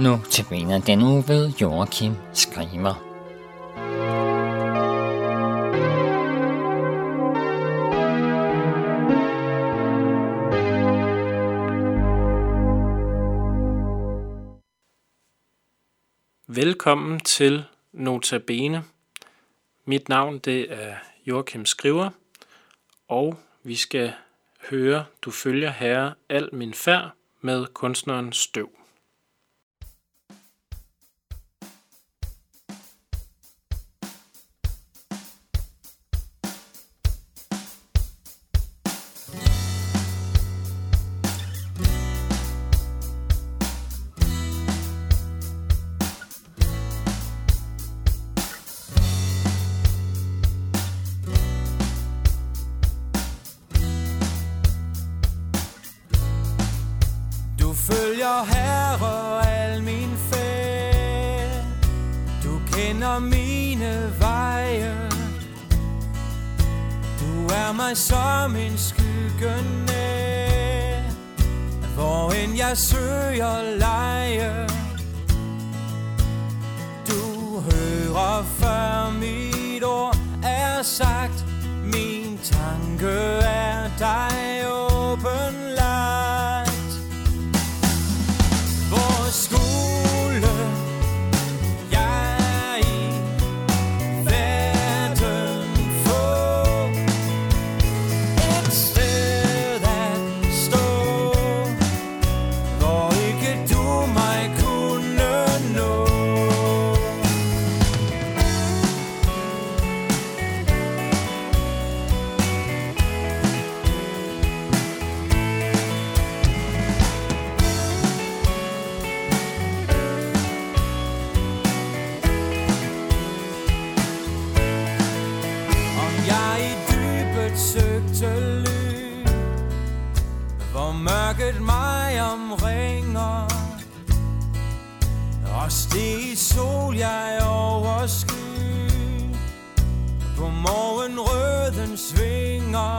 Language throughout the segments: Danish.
Nu tilbage den uge ved Joachim Skriver. Velkommen til Notabene. Mit navn det er Joachim Skriver, og vi skal høre Du følger Herre al min færd med kunstneren Støv. Følger Herre al min færd, du kender mine veje, du er mig som en skygge nær, hvor end jeg søger leje. Du hører før mit ord er sagt, min tanke er dig åbenlagt. Skulle jeg i verden få et sted at stå, hvor ikke du mig kunne nå? Søgte ly, hvor mørket mig omringer, og steg sol jeg oversky, på morgenrøden svinger.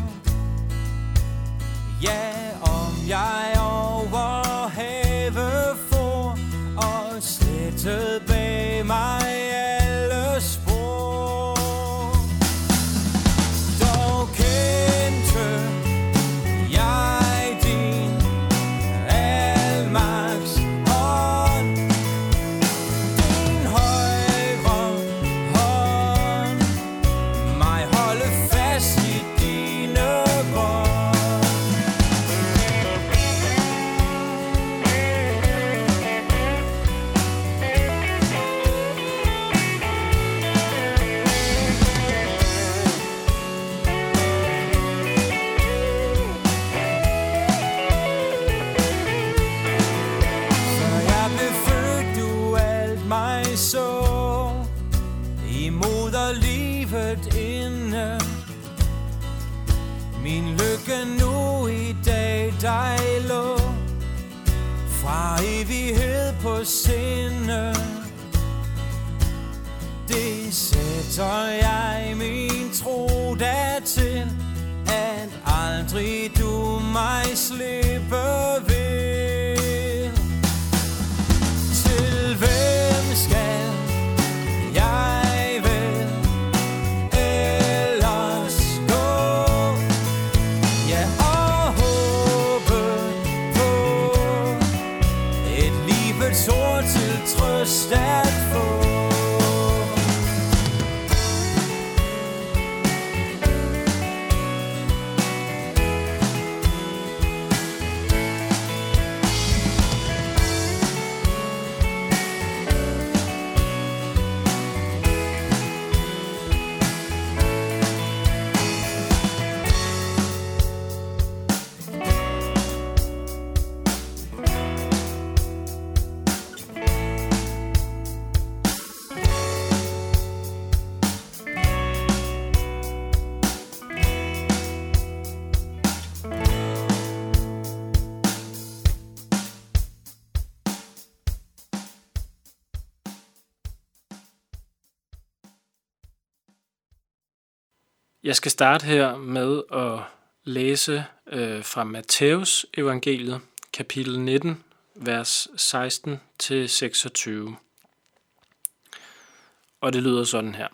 Ja, om jeg over havet for, og slettet bag mig alle spor. Min lykke nu i dag dig lå, fra evighed på sinde. Det sætter jeg min tro dertil, at aldrig du mig slippe vil. Til hvem skal jeg ord til trøst at få? Jeg skal starte her med at læse fra Matthæus evangeliet, kapitel 19, vers 16-26. Og det lyder sådan her.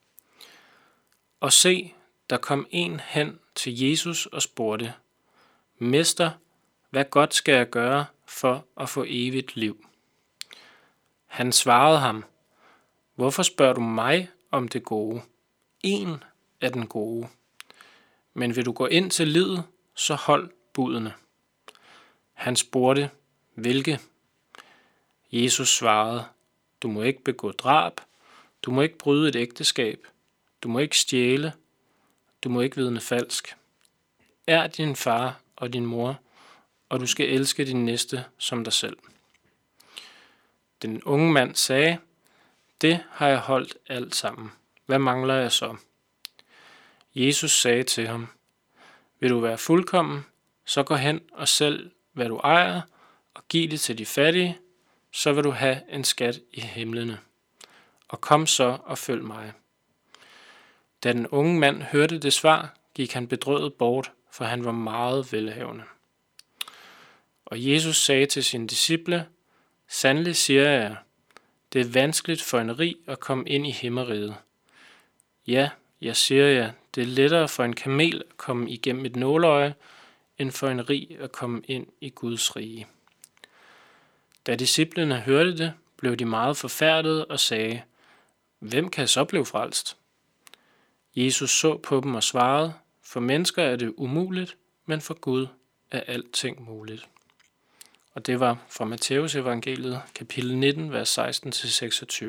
Og se, der kom en hen til Jesus og spurgte, Mester, hvad godt skal jeg gøre for at få evigt liv? Han svarede ham, hvorfor spørger du mig om det gode? En er den gode. Men vil du gå ind til livet, så hold budene. Han spurgte, hvilke? Jesus svarede, du må ikke begå drab, du må ikke bryde et ægteskab, du må ikke stjæle, du må ikke vidne falsk. Ær din far og din mor, og du skal elske din næste som dig selv. Den unge mand sagde, det har jeg holdt alt sammen. Hvad mangler jeg så? Jesus sagde til ham, vil du være fuldkommen, så gå hen og sælg, hvad du ejer, og giv det til de fattige, så vil du have en skat i himlene. Og kom så og følg mig. Da den unge mand hørte det svar, gik han bedrøvet bort, for han var meget velhavende. Og Jesus sagde til sine disciple, sandelig siger jeg, det er vanskeligt for en rig at komme ind i himmeriget. Ja, jeg siger jer, det er lettere for en kamel at komme igennem et nåleøje, end for en rig at komme ind i Guds rige. Da disciplene hørte det, blev de meget forfærdede og sagde, hvem kan så blive frelst? Jesus så på dem og svarede, for mennesker er det umuligt, men for Gud er alting muligt. Og det var fra Matteus evangeliet, kapitel 19, vers 16-26.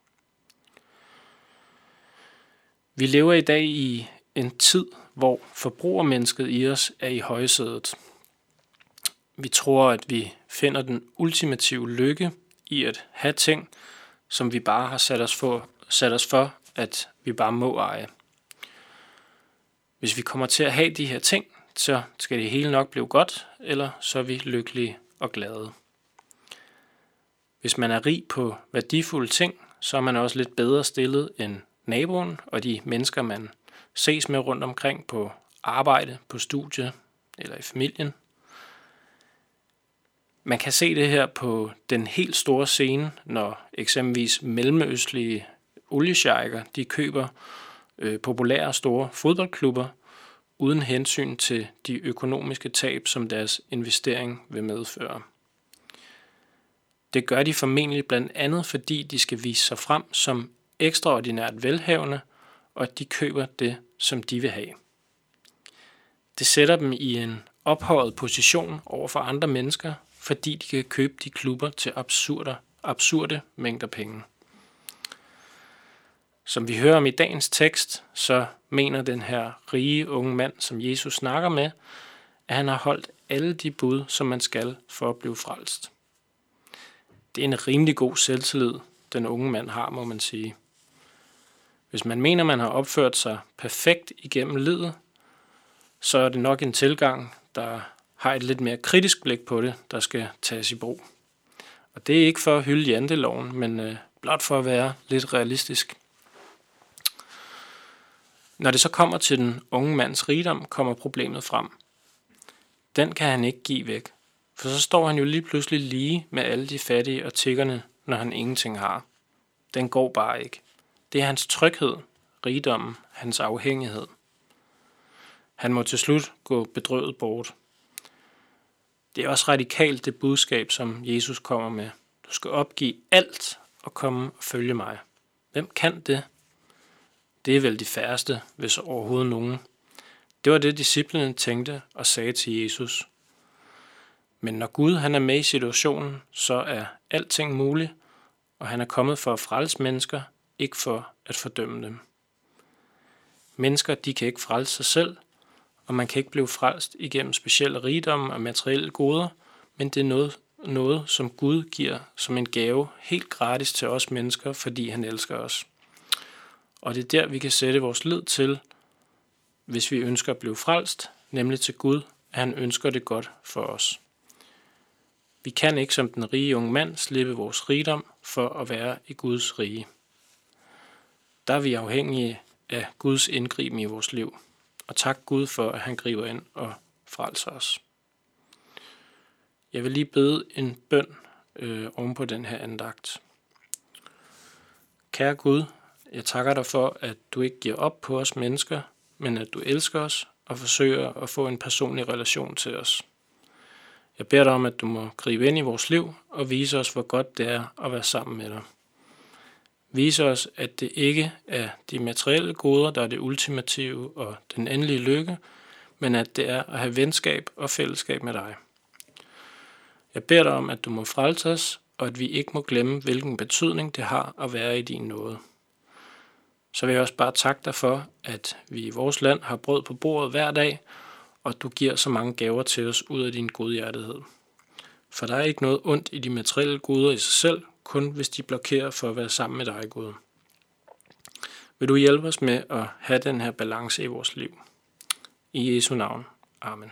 Vi lever i dag i en tid, hvor forbrugermennesket i os er i højsædet. Vi tror, at vi finder den ultimative lykke i at have ting, som vi bare har sat os for, at vi bare må eje. Hvis vi kommer til at have de her ting, så skal det hele nok blive godt, eller så er vi lykkelige og glade. Hvis man er rig på værdifulde ting, så er man også lidt bedre stillet end naboen og de mennesker, man ses med rundt omkring på arbejde, på studie eller i familien. Man kan se det her på den helt store scene, når eksempelvis mellemøstlige oliesjejker, de køber populære store fodboldklubber uden hensyn til de økonomiske tab, som deres investering vil medføre. Det gør de formentlig blandt andet, fordi de skal vise sig frem som ekstraordinært velhavende, og at de køber det, som de vil have. Det sætter dem i en ophøjet position over for andre mennesker, fordi de kan købe de klubber til absurde mængder penge. Som vi hører om i dagens tekst, så mener den her rige unge mand, som Jesus snakker med, at han har holdt alle de bud, som man skal for at blive frelst. Det er en rimelig god selvtillid, den unge mand har, må man sige. Hvis man mener, man har opført sig perfekt igennem livet, så er det nok en tilgang, der har et lidt mere kritisk blik på det, der skal tages i brug. Og det er ikke for at hylde janteloven, men blot for at være lidt realistisk. Når det så kommer til den unge mands rigdom, kommer problemet frem. Den kan han ikke give væk, for så står han jo lige pludselig lige med alle de fattige og tiggerne, når han ingenting har. Den går bare ikke. Det er hans tryghed, rigdommen, hans afhængighed. Han må til slut gå bedrøvet bort. Det er også radikalt det budskab, som Jesus kommer med. Du skal opgive alt og komme og følge mig. Hvem kan det? Det er vel de færreste, hvis overhovedet nogen. Det var det, disciplene tænkte og sagde til Jesus. Men når Gud han er med i situationen, så er alting muligt, og han er kommet for at frelse mennesker, ikke for at fordømme dem. Mennesker, de kan ikke frelse sig selv, og man kan ikke blive frelst igennem specielle rigdomme og materielle goder, men det er noget, som Gud giver som en gave helt gratis til os mennesker, fordi han elsker os. Og det er der, vi kan sætte vores lid til, hvis vi ønsker at blive frelst, nemlig til Gud, at han ønsker det godt for os. Vi kan ikke som den rige unge mand slippe vores rigdom for at være i Guds rige. Der er vi afhængige af Guds indgriben i vores liv. Og tak Gud for, at han griber ind og frelser os. Jeg vil lige bede en bøn oven på den her andagt. Kære Gud, jeg takker dig for, at du ikke giver op på os mennesker, men at du elsker os og forsøger at få en personlig relation til os. Jeg beder dig om, at du må gribe ind i vores liv og vise os, hvor godt det er at være sammen med dig. Vise os, at det ikke er de materielle goder, der er det ultimative og den endelige lykke, men at det er at have venskab og fællesskab med dig. Jeg beder dig om, at du må frelse os, og at vi ikke må glemme, hvilken betydning det har at være i din nåde. Så vil jeg også bare takke dig for, at vi i vores land har brød på bordet hver dag, og at du giver så mange gaver til os ud af din godhjertighed. For der er ikke noget ondt i de materielle goder i sig selv, kun hvis de blokerer for at være sammen med dig, Gud. Vil du hjælpe os med at have den her balance i vores liv? I Jesu navn. Amen.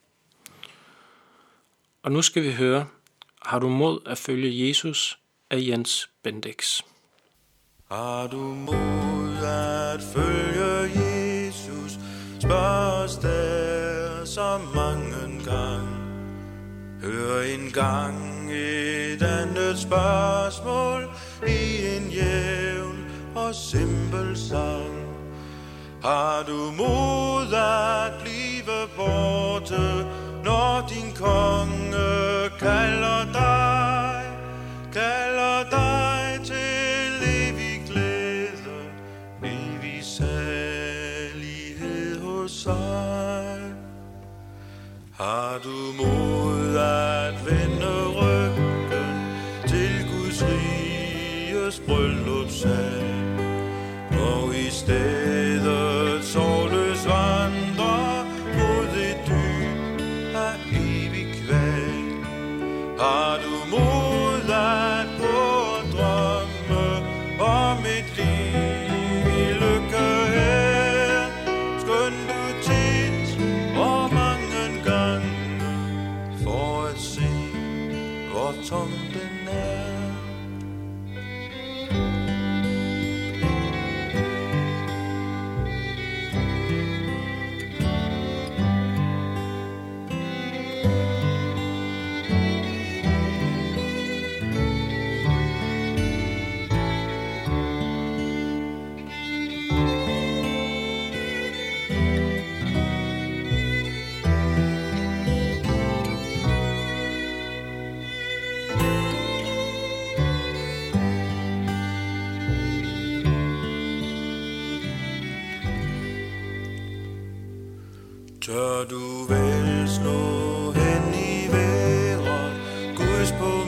Og nu skal vi høre, har du mod at følge Jesus af Jens Bendix. Har du mod at følge Jesus, spørges der så mange gang. Hør en gang et andet spørgsmål i en jævn og simpel sang. Har du mod at blive borte, når din konge kalder dig til evig glæde, evig salighed hos sig? Har du mod at vende ryggen til Guds riges bryllupssal, og i stedet sårløs vandre mod et dyb af evig kval? Har du mod at gå og drømme om et liv i lykke her, skønt du tit og mange gange for at se, hvor tom den er? Tør du vel slå hen i vejret, Guds på